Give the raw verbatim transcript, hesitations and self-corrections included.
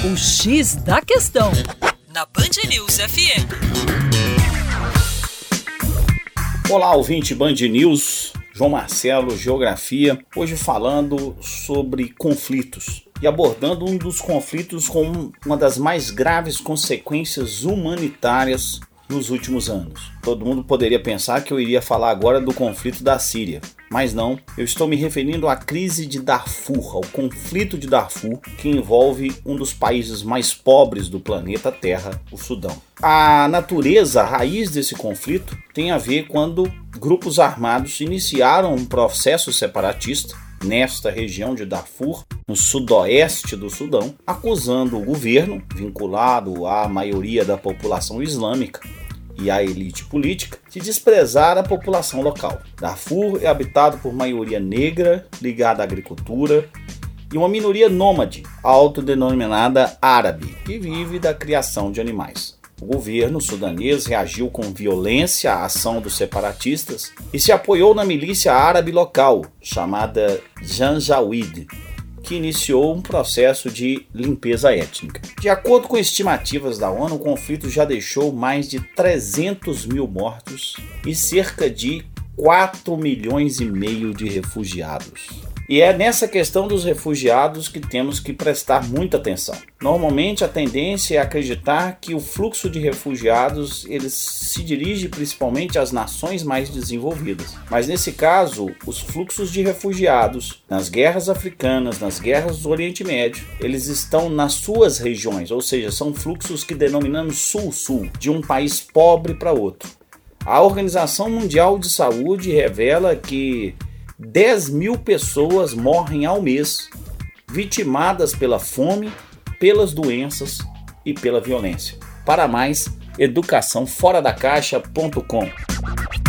O X da Questão, na Band News F M. Olá, ouvinte Band News, João Marcelo, Geografia, hoje falando sobre conflitos e abordando um dos conflitos com uma das mais graves consequências humanitárias nos últimos anos. Todo mundo poderia pensar que eu iria falar agora do conflito da Síria, mas não, eu estou me referindo à crise de Darfur, ao conflito de Darfur, que envolve um dos países mais pobres do planeta Terra, o Sudão. A natureza, a raiz desse conflito tem a ver quando grupos armados iniciaram um processo separatista nesta região de Darfur, no sudoeste do Sudão, acusando o governo, vinculado à maioria da população islâmica e à elite política, de desprezar a população local. Darfur é habitado por maioria negra, ligada à agricultura, e uma minoria nômade, autodenominada árabe, que vive da criação de animais. O governo sudanês reagiu com violência à ação dos separatistas e se apoiou na milícia árabe local, chamada Janjaweed, que iniciou um processo de limpeza étnica. De acordo com estimativas da ONU, o conflito já deixou mais de trezentos mil mortos e cerca de quatro milhões e meio de refugiados. E é nessa questão dos refugiados que temos que prestar muita atenção. Normalmente a tendência é acreditar que o fluxo de refugiados ele se dirige principalmente às nações mais desenvolvidas. Mas nesse caso, os fluxos de refugiados nas guerras africanas, nas guerras do Oriente Médio, eles estão nas suas regiões, ou seja, são fluxos que denominamos sul-sul, de um país pobre para outro. A Organização Mundial de Saúde revela que dez mil pessoas morrem ao mês, vitimadas pela fome, pelas doenças e pela violência. Para mais, educação fora da caixa ponto com.